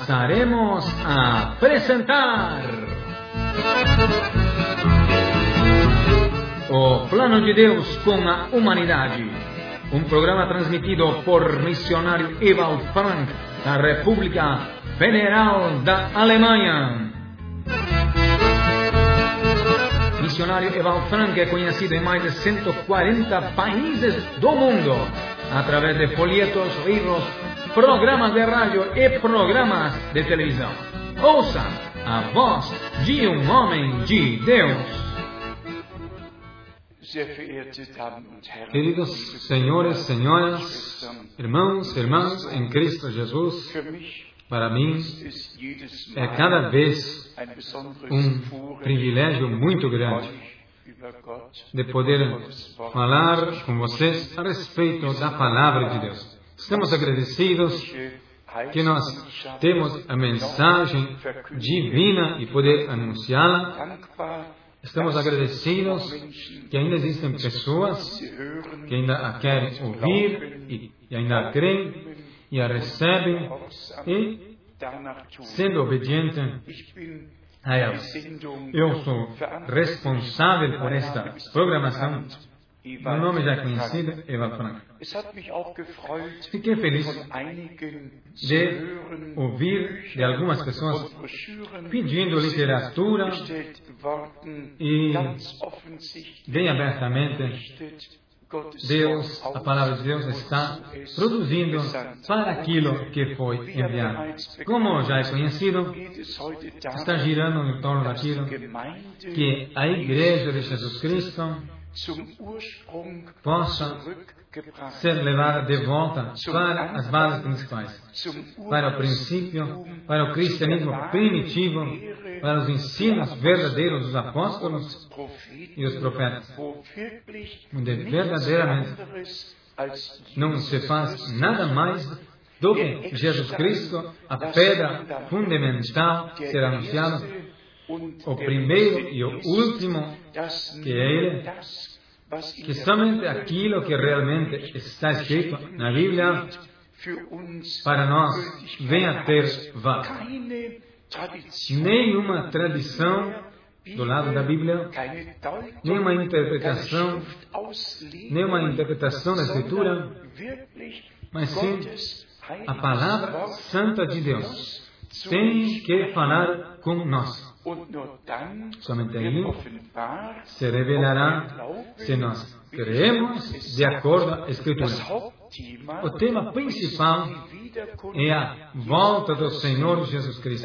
passaremos a apresentar O Plano de Deus com a Humanidade, um programa transmitido por missionário Ewald Frank, da República Federal da Alemanha. Missionário Ewald Frank é conhecido em mais de 140 países do mundo, através de folhetos, livros, programas de rádio e programas de televisão. Ouça a voz de um homem de Deus. Queridos senhores, senhoras, irmãos, irmãs em Cristo Jesus, para mim é cada vez um privilégio muito grande de poder falar com vocês a respeito da Palavra de Deus. Estamos agradecidos que nós temos a mensagem divina e poder anunciá-la. Estamos agradecidos que ainda existem pessoas que ainda a querem ouvir e ainda a creem e a recebem e, sendo obediente a elas. Eu sou responsável por esta programação. Meu nome já é conhecido, Ewald Frank. Fiquei feliz de ouvir de algumas pessoas pedindo literatura e, bem abertamente, Deus, a Palavra de Deus está produzindo para aquilo que foi enviado. Como já é conhecido, está girando em torno daquilo que a Igreja de Jesus Cristo possa ser levada de volta para as bases principais, para o princípio, para o cristianismo primitivo, para os ensinos verdadeiros dos apóstolos e os profetas, onde verdadeiramente não se faz nada mais do que Jesus Cristo, a pedra fundamental, ser anunciado, o primeiro e o último, que é Ele, que somente aquilo que realmente está escrito na Bíblia para nós venha a ter valor. Nenhuma tradição do lado da Bíblia, nenhuma interpretação da Escritura, mas sim a Palavra Santa de Deus tem que falar com nós. Somente aí se revelará se nós creemos de acordo à Escritura. O tema principal é a volta do Senhor Jesus Cristo,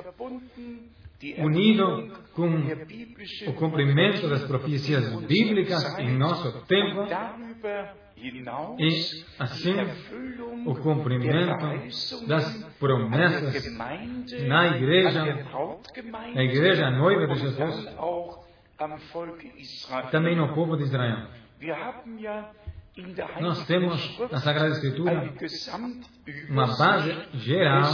unido com o cumprimento das profecias bíblicas em nosso tempo e, assim, o cumprimento das promessas na igreja noiva de Jesus, também no povo de Israel. Nós temos na Sagrada Escritura uma base geral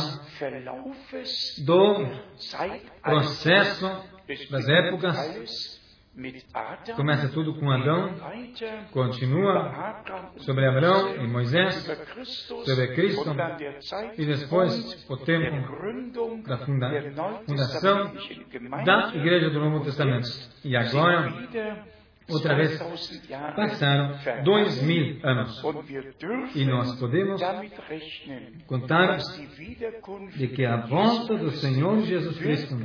do processo das épocas. Começa tudo com Adão, continua sobre Abraão e Moisés, sobre Cristo, e depois o tempo da fundação da Igreja do Novo Testamento. E agora, outra vez, passaram 2000 anos. E nós podemos contar de que a volta do Senhor Jesus Cristo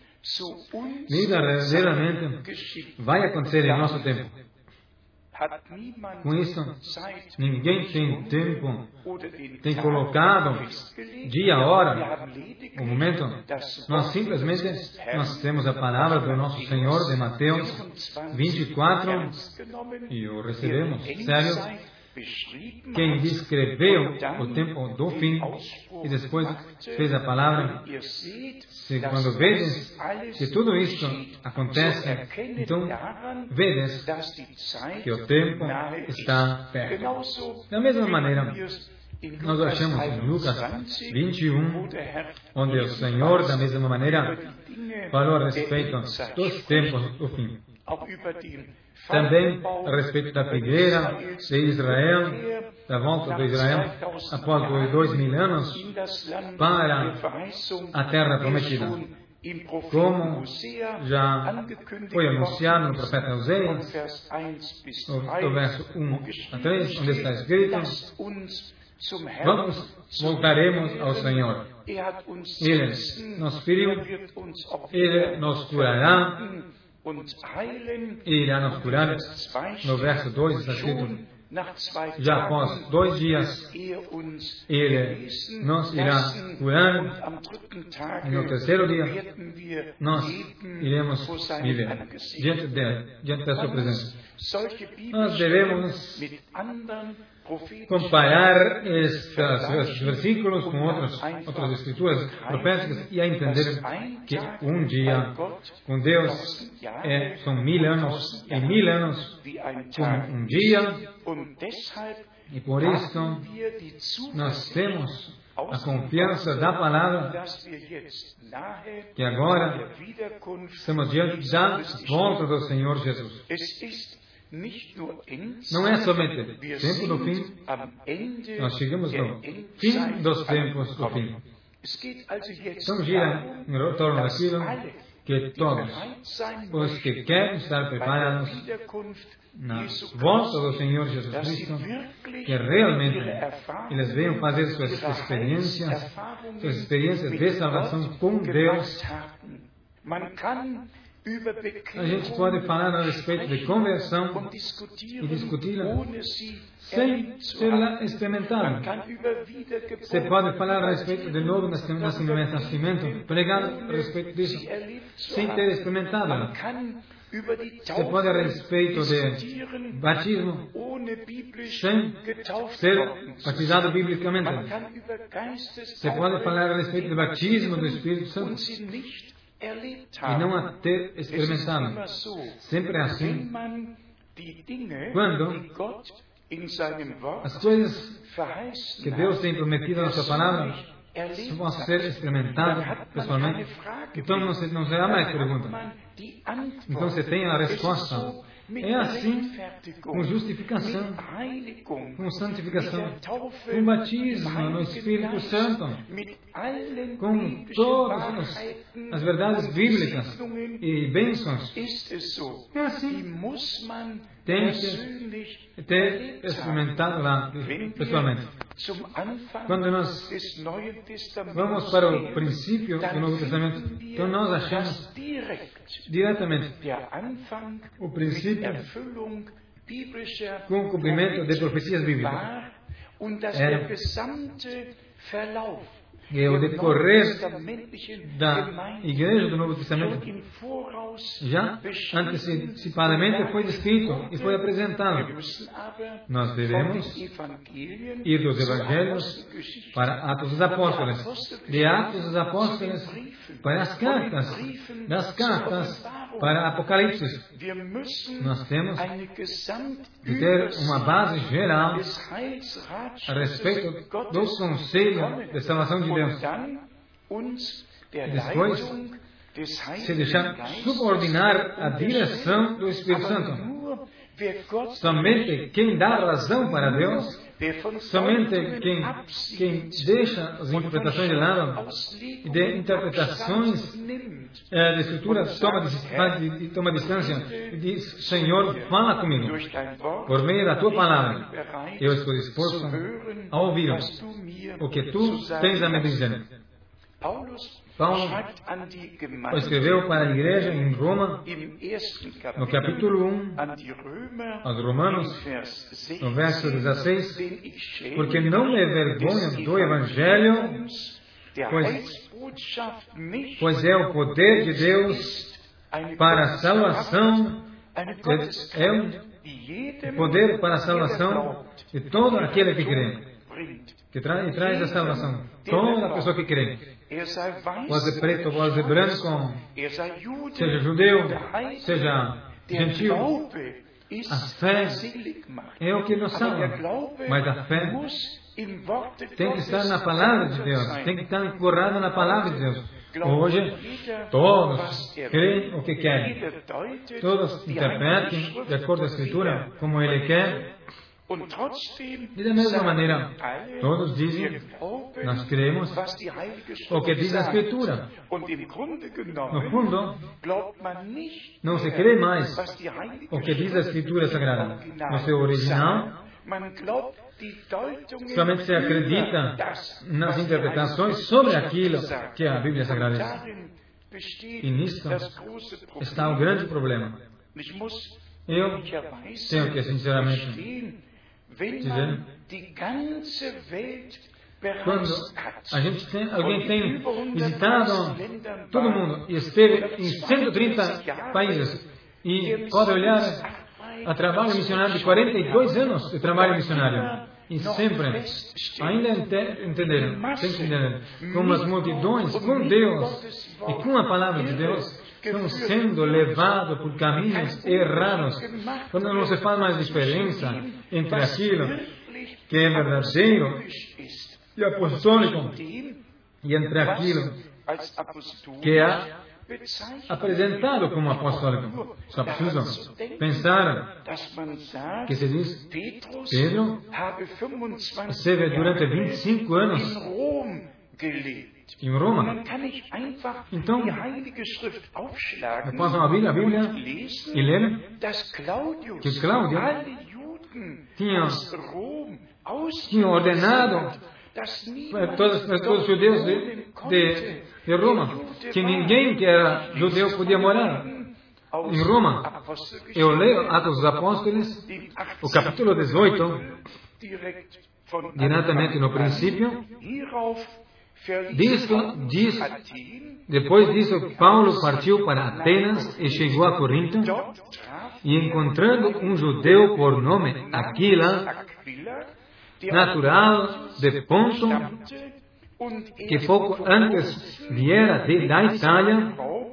verdadeiramente vai acontecer em nosso tempo. Com isso, ninguém tem tempo, tem colocado dia, hora, o momento. Nós simplesmente temos a palavra do nosso Senhor de Mateus 24 e o recebemos sério. Quem descreveu o tempo do fim e depois fez a palavra, quando vedes que tudo isso acontece, então vedes que o tempo está perto. Da mesma maneira, nós achamos em Lucas 21, onde o Senhor, da mesma maneira, falou a respeito dos tempos do fim. Também a respeito da figueira de Israel, da volta de Israel após 2000 anos para a terra prometida. Como já foi anunciado no profeta Oséias, no verso 1 a 3, onde está escrito: voltaremos ao Senhor. Ele nos feriu, Ele nos curará, Ele irá nos curar. No verso 2 está escrito: já após 2 dias, Ele nos irá curar, e no terceiro dia, nós iremos viver diante da sua presença. Nós devemos comparar estes versículos com outras escrituras proféticas e a entender que um dia com Deus são 1000 anos, e 1000 anos como um dia, e por isso nós temos a confiança da palavra que agora estamos diante da volta do Senhor Jesus. Não é somente tempo do fim, nós chegamos no fim dos tempos do fim. Então gira em torno daquilo que todos os que querem estar preparados na volta do Senhor Jesus Cristo, que realmente eles venham fazer suas experiências de salvação com Deus. A gente pode falar a respeito de conversão e discuti-la sem ser experimentado. Você pode falar a respeito de novo nascimento, pregar a respeito disso, sem ter experimentado. Você pode a respeito de batismo sem ser batizado biblicamente. Você pode falar a respeito do batismo do Espírito Santo e não a ter experimentado. Sempre é assim. Quando as coisas que Deus tem prometido na sua palavra vão ser experimentadas pessoalmente, então não será mais pergunta. Então você tem a resposta. É assim com justificação, com santificação, com batismo no Espírito Santo, com todas as verdades bíblicas e bênçãos. É assim. Tem que ter experimentado lá pessoalmente. Quando nós vamos para o princípio do Novo Testamento, então nós achamos diretamente o princípio com o cumprimento de profecias bíblicas. E o decorrer da Igreja do Novo Testamento já antecipadamente foi descrito e foi apresentado. Nós devemos ir dos Evangelhos para Atos dos Apóstolos, de Atos dos Apóstolos para as cartas, das cartas para Apocalipse. Nós temos de ter uma base geral a respeito do conselho de salvação de Deus. E depois se deixar subordinar a direção do Espírito Santo. Somente quem dá razão para Deus, somente quem deixa as interpretações de lado e de interpretações da Escritura toma distância e diz: Senhor, fala comigo por meio da Tua palavra. Eu estou disposto a ouvir o que Tu tens a me dizer. Paulo escreveu para a igreja em Roma, no capítulo 1, aos Romanos, no verso 16, porque não me envergonho do Evangelho, pois é o poder de Deus para a salvação, é o poder para a salvação de todo aquele que crê, que traz a salvação, toda pessoa que crê. Pode preto, pode branco, seja judeu, seja gentil, a fé é o que nos salva, mas a fé tem que estar na palavra de Deus, tem que estar ancorada na palavra de Deus. Hoje, todos creem o que querem, todos interpretam de acordo com a Escritura, como Ele quer, E da mesma maneira, todos dizem, nós cremos o que diz a Escritura. No fundo, não se crê mais o que diz a Escritura Sagrada. No seu original, somente se acredita nas interpretações sobre aquilo que a Bíblia Sagrada diz. E nisto está o grande problema. Eu tenho que, sinceramente, dizer, quando alguém tem visitado todo mundo e esteve em 130 países e pode olhar a trabalho missionário de 42 anos de trabalho missionário. E sempre, ainda entenderam, como as multidões, com Deus e com a palavra de Deus, estão sendo levados por caminhos errados, quando não se faz mais diferença entre aquilo que é verdadeiro e apostólico e entre aquilo que é apresentado como apostólico. Só precisam pensar que se diz, Pedro esteve durante 25 anos em Roma. Então, eu posso abrir a Bíblia e ler que Cláudio tinha ordenado para todos os judeus de Roma que ninguém que era judeu podia morar em Roma. Eu leio Atos dos Apóstolos, o capítulo 18, diretamente no princípio. Depois disso, Paulo partiu para Atenas e chegou a Corinto, e encontrando um judeu por nome Aquila, natural de Ponto, que pouco antes viera da Itália,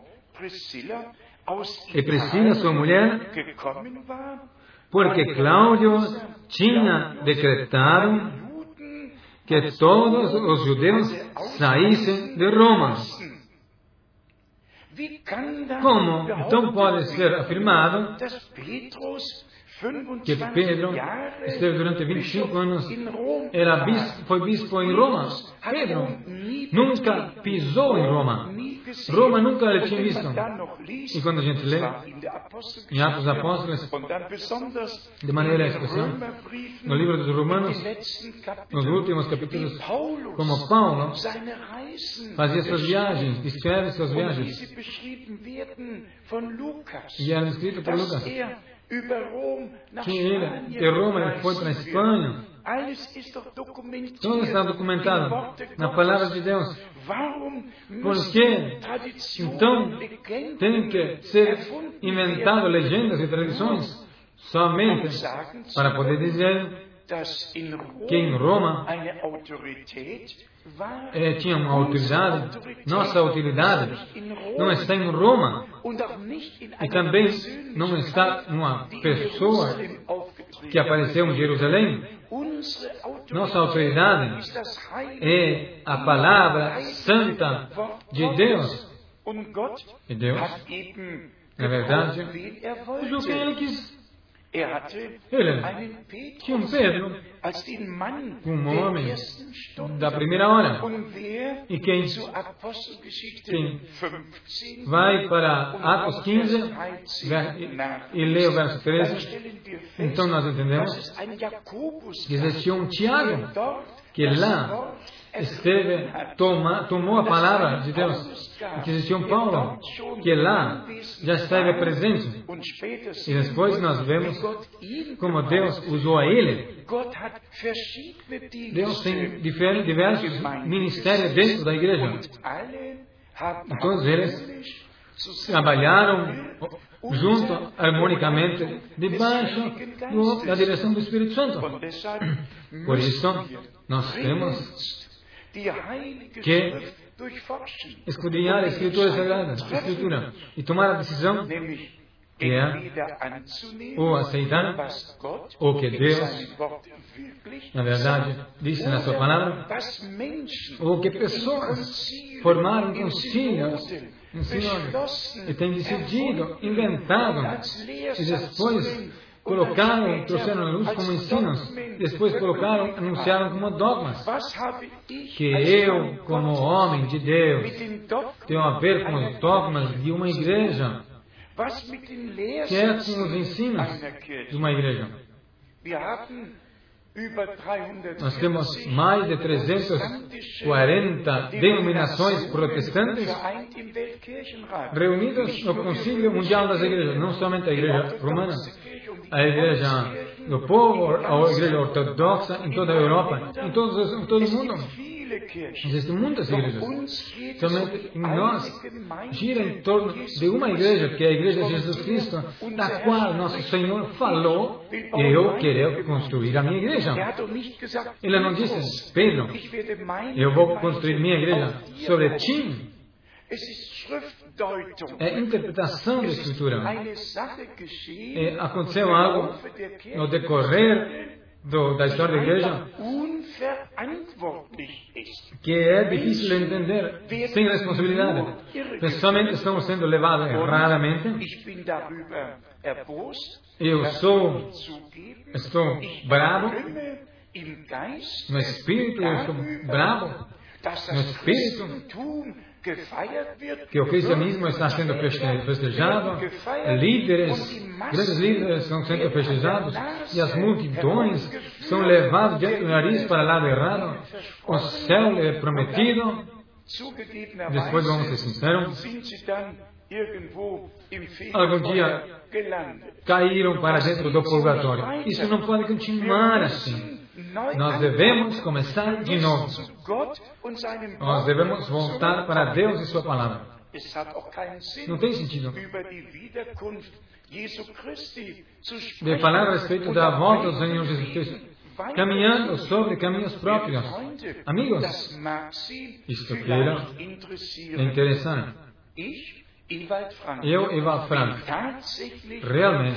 e Priscila, sua mulher, porque Cláudio tinha decretado que todos os judeus saíssem de Roma. Como então pode ser afirmado que Pedro esteve durante 25 anos, foi bispo em Roma? Pedro nunca pisou em Roma. Roma nunca ele tinha visto. E quando a gente lê em Atos dos Apóstolos, de maneira especial, no livro dos Romanos, nos últimos capítulos, como Paulo fazia suas viagens, escreve suas viagens, e eram escritas por Lucas, que ele, de Roma, ele foi para a Espanha. Tudo está documentado na Palavra de Deus. Por que, então, tem que ser inventado legendas e tradições somente para poder dizer que em Roma tinha uma autoridade? Nossa autoridade não está em Roma, e também não está numa pessoa que apareceu em Jerusalém. Nossa autoridade é a palavra santa de Deus. E Deus, na verdade, usou quem Ele quis. Ele tinha um Pedro, um homem da primeira hora. E quem vai para Atos 15 e lê o verso 13, então nós entendemos que existia um Tiago que lá tomou a palavra de Deus, e que existia um Paulo que lá já esteve presente. E depois nós vemos como Deus usou a ele. Deus tem diversos ministérios dentro da igreja. E todos eles trabalharam junto, harmonicamente, debaixo da direção do Espírito Santo. Por isso, nós temos que escudriñar a Escritura Sagrada, e tomar a decisão que é ou aceitar o que Deus, na verdade, disse na sua palavra, ou que pessoas formaram concílios, e têm decidido, inventado, e depois trouxeram a luz como ensinos, depois anunciaram como dogmas. Que eu, como homem de Deus, tenho a ver com os dogmas de uma igreja, que é com os ensinos de uma igreja. Nós temos mais de 340 denominações protestantes reunidas no Concílio Mundial das Igrejas, não somente a Igreja Romana, a Igreja do Povo, a Igreja Ortodoxa em toda a Europa, em todo o mundo. Existem muitas igrejas. Somente em nós gira em torno de uma igreja, que é a Igreja de Jesus Cristo, da qual nosso Senhor falou: eu quero construir a minha igreja. Ele não disse: Pedro, eu vou construir minha igreja sobre ti. É interpretação da Escritura. Aconteceu algo no decorrer da história da igreja que é difícil de entender sem responsabilidade. Pessoalmente estamos sendo levados erradamente. Eu estou bravo no espírito, eu estou bravo no espírito que o cristianismo está sendo festejado, grandes líderes estão sendo festejados, e as multidões são levadas diante do nariz para o lado errado. O céu é prometido. Depois, vamos ser sinceros, algum dia caíram para dentro do purgatório. Isso não pode continuar assim. Nós devemos começar de novo. Nós devemos voltar para Deus e Sua Palavra. Não tem sentido de falar a respeito da volta do Senhor Jesus Cristo, caminhando sobre caminhos próprios. Amigos, isto que é interessante. Eu, Ewald Frank, realmente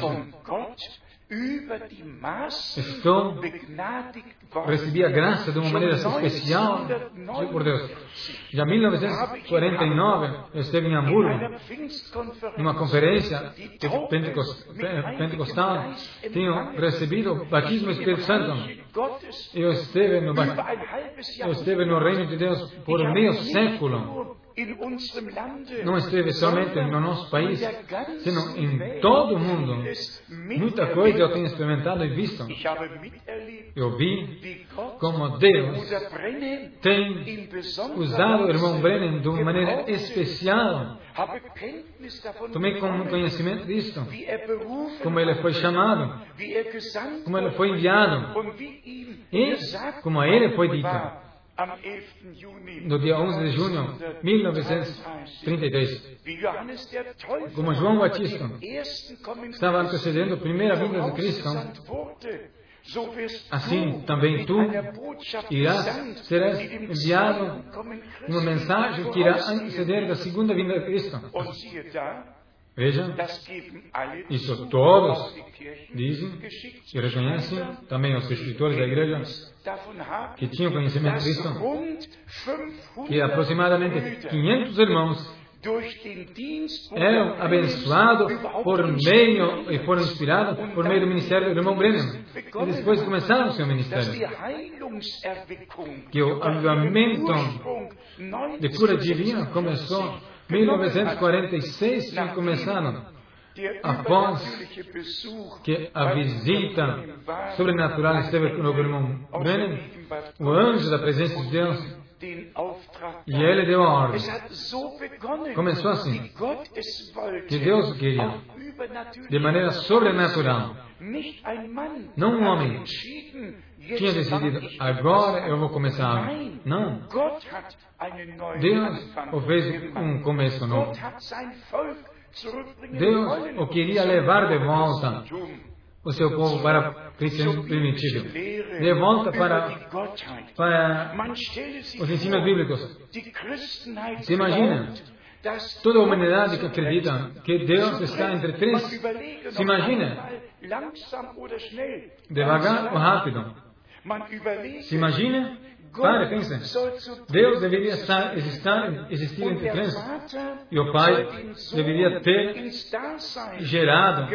recebi a graça de uma maneira especial por Deus. Já em 1949, eu esteve em Hamburgo, numa conferência pentecostal. Tenho recebido o batismo do Espírito Santo. Eu esteve no reino de Deus por meio século. Não esteve somente no nosso país, senão em todo o mundo. Muita coisa eu tenho experimentado e visto. Eu vi como Deus tem usado o irmão Brennan de uma maneira especial. Tomei conhecimento disto, como ele foi chamado, como ele foi enviado, e como a ele foi dito. No dia 11 de junho de 1933, como João Batista estava antecedendo a primeira vinda de Cristo, assim também tu serás enviado uma mensagem que irá anteceder da segunda vinda de Cristo. Veja, isso todos dizem e reconhecem, também os escritores da igreja que tinham conhecimento disso, que aproximadamente 500 irmãos eram abençoados e foram inspirados por meio do ministério do irmão Brennan. E depois começaram o seu ministério. Que o avivamento de cura divina começou em 1946, e começaram após que a visita sobrenatural esteve no irmão Brennan, o anjo da presença de Deus, e ele deu a ordem. Começou assim, que Deus queria, de maneira sobrenatural. Não um homem tinha decidido, agora eu vou começar. Não. Deus o fez um começo novo. Deus o queria levar de volta o seu povo para o cristianismo primitivo, de volta para os ensinos bíblicos. Se imagina, toda a humanidade que acredita que Deus está entre três, se imagina, devagar ou rápido. Se imagina, pare, pensa. Deus deveria existir entre crentes. E o Pai deveria ter gerado,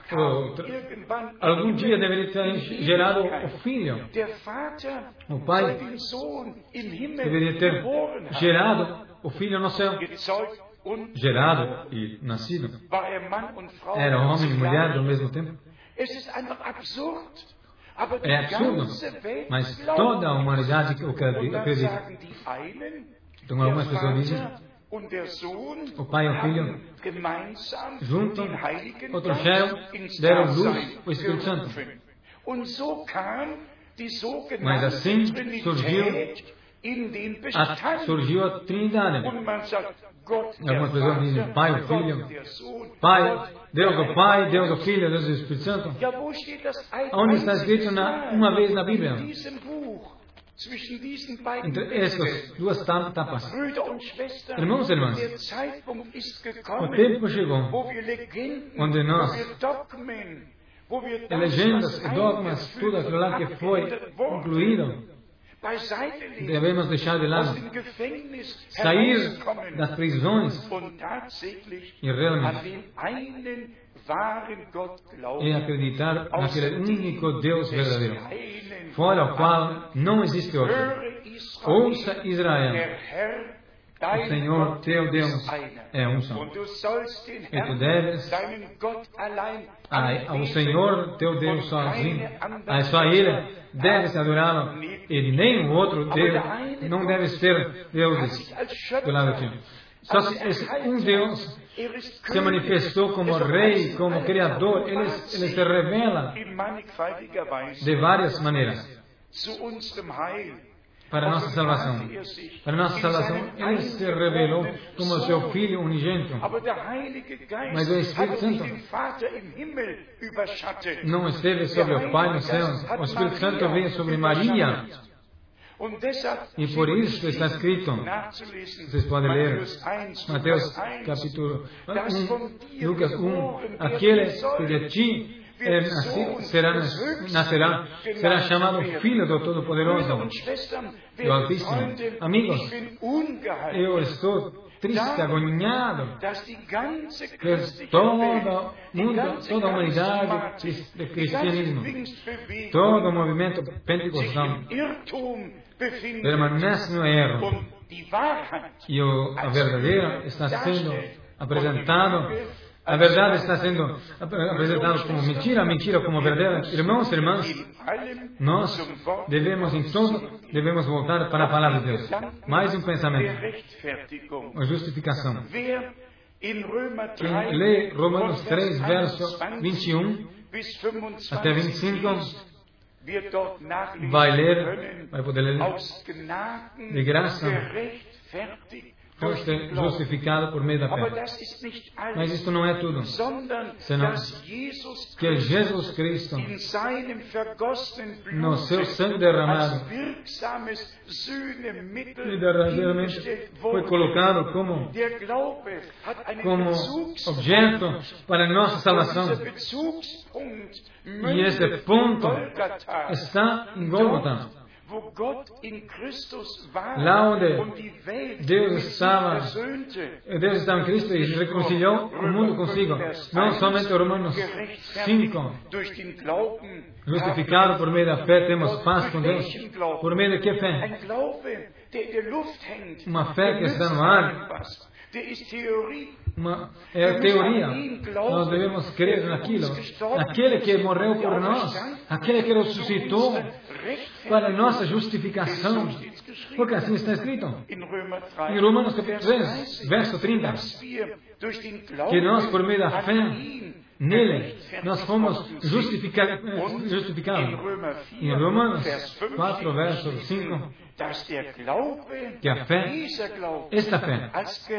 algum dia deveria ter gerado o Filho. O Pai deveria ter gerado o Filho no céu. Gerado e nascido. Era homem e mulher ao mesmo tempo. É absurdo, mas toda a humanidade o acredita. Então algumas pessoas dizem, o Pai e o Filho juntam, outros deram luz ao Espírito Santo. Mas assim surgiu a Trindade. Algumas pessoas dizem Pai, o Filho, Pai, Deus o Pai, Deus o Filho, Deus o Espírito Santo. Onde está escrito uma vez na Bíblia? Entre essas duas tapas. Irmãos e irmãs, o tempo chegou onde nós, legendas e dogmas, tudo aquilo lá que foi concluído, devemos deixar de lado, sair das prisões e realmente acreditar naquele único Deus verdadeiro, fora o qual não existe outro. Ouça, Israel, o Senhor teu Deus é um só. E tu deves ao Senhor teu Deus sozinho, só a Ele deves adorá-lo, e nenhum outro Deus, não deve ser deuses do lado de ti. Só se esse um Deus se manifestou como Rei, como Criador, Ele se revela de várias maneiras para a nossa salvação. Para a nossa salvação, Ele se revelou como seu Filho unigênito. Mas o Espírito Santo não esteve sobre o Pai nos céus. O Espírito Santo veio sobre Maria. E por isso está escrito, vocês podem ler, Mateus capítulo 1, Lucas 1, aquele que de ti será chamado Filho do Todo-Poderoso, do Altíssimo. Amigos, eu estou triste, agoniado, que toda a humanidade de cristianismo, todo o movimento pentecostal permanece no erro, e a verdadeira está sendo apresentada. A verdade está sendo apresentada como mentira, a mentira como verdade. Irmãos e irmãs, nós devemos voltar para a palavra de Deus. Mais um pensamento. A justificação. Quem lê Romanos 3, verso 21 até 25, vai poder ler de graça. Foste justificado por meio da fé. Mas isto não é tudo, senão que Jesus Cristo, no seu sangue derramado, verdadeiramente foi colocado como objeto para a nossa salvação. E esse ponto está em Gólgota. Lá onde Deus estava em Cristo e reconciliou o mundo consigo. Não somente Romanos 5. Justificado por meio da fé, temos paz com Deus. Por meio de que fé? Uma fé que está no ar. É a teoria. Nós devemos crer naquilo. Aquele que morreu por nós, aquele que ressuscitou para a nossa justificação. Porque assim está escrito. Em Romanos capítulo 3, verso 30. Que nós, por meio da fé, nele, nós fomos justificados. Em Romanos 4, verso 5, que a fé, esta fé,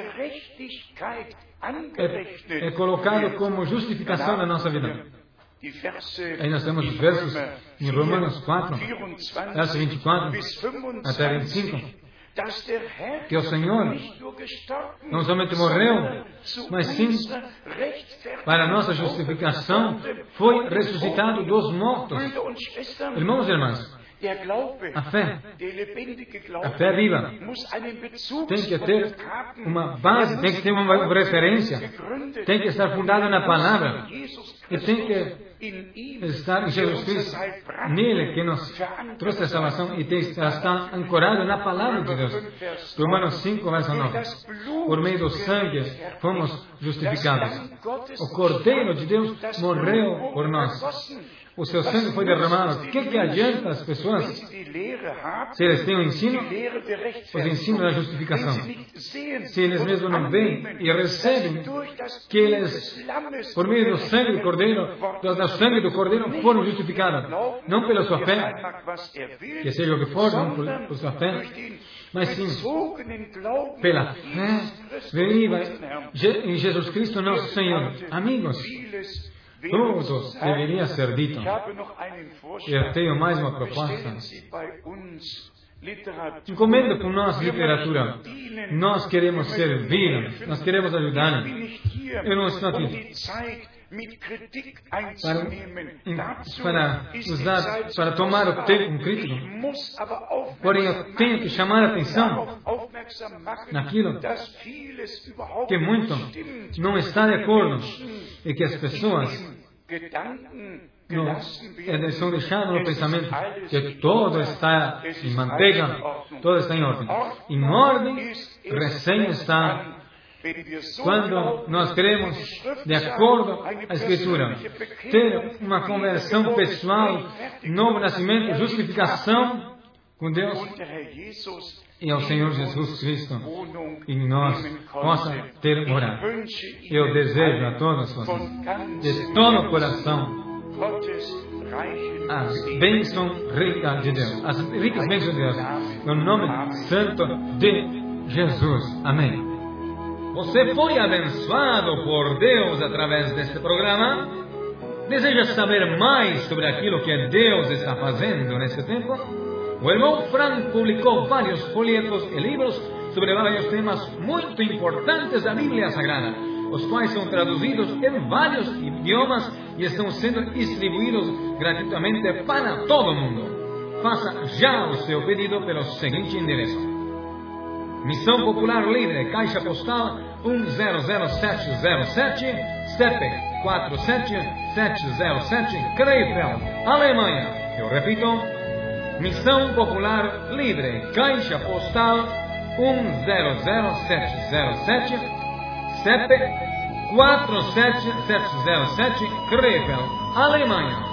é colocado como justificação na nossa vida. Aí nós temos os versos em Romanos 4, verso 24 até 25. Que o Senhor não somente morreu, mas sim, para a nossa justificação, foi ressuscitado dos mortos. Irmãos e irmãs, A fé viva, tem que ter uma base, tem que ter uma referência, tem que estar fundada na palavra e tem que estar em Jesus Cristo, nele que nos trouxe a salvação e tem que estar ancorado na palavra de Deus. Romanos 5, verso 9. Por meio do sangue fomos justificados. O Cordeiro de Deus morreu por nós. O seu sangue foi derramado. O que adianta as pessoas se eles têm o ensino? Os ensinos da justificação. Se eles mesmos não veem e recebem que eles, por meio do sangue do Cordeiro, do sangue do Cordeiro, foram justificados. Não pela sua fé, que seja o que for, não por sua fé, mas sim pela fé viva em Jesus Cristo, nosso Senhor. Amigos, todos deveria ser dito. Eu tenho mais uma proposta. Encomenda por nós literatura. Nós queremos servir, nós queremos ajudar. Eu não estou aqui para tomar o tempo crítico. Porém, eu tenho que chamar a atenção naquilo que muito não está de acordo e que as pessoas são deixadas no pensamento que tudo está em manteiga, tudo está em ordem. Em ordem, recém está quando nós queremos, de acordo com a Escritura, ter uma conversão pessoal, novo nascimento, justificação com Deus e ao Senhor Jesus Cristo, em nós possa ter morada. Eu desejo a todos vocês, de todo o coração, a bênção rica de Deus, as ricas bênçãos de Deus, no nome santo de Jesus. Amém. Você foi abençoado por Deus através deste programa? Deseja saber mais sobre aquilo que Deus está fazendo nesse tempo? O irmão Frank publicou vários folhetos e livros sobre vários temas muito importantes da Bíblia Sagrada, os quais são traduzidos em vários idiomas e estão sendo distribuídos gratuitamente para todo o mundo. Faça já o seu pedido pelo seguinte endereço: Missão Popular Livre, Caixa Postal 100-707, CEP 47707, Krefeld, Alemanha. Eu repito, Missão Popular Livre, Caixa Postal 100-707, CEP 47707, Krefeld, Alemanha.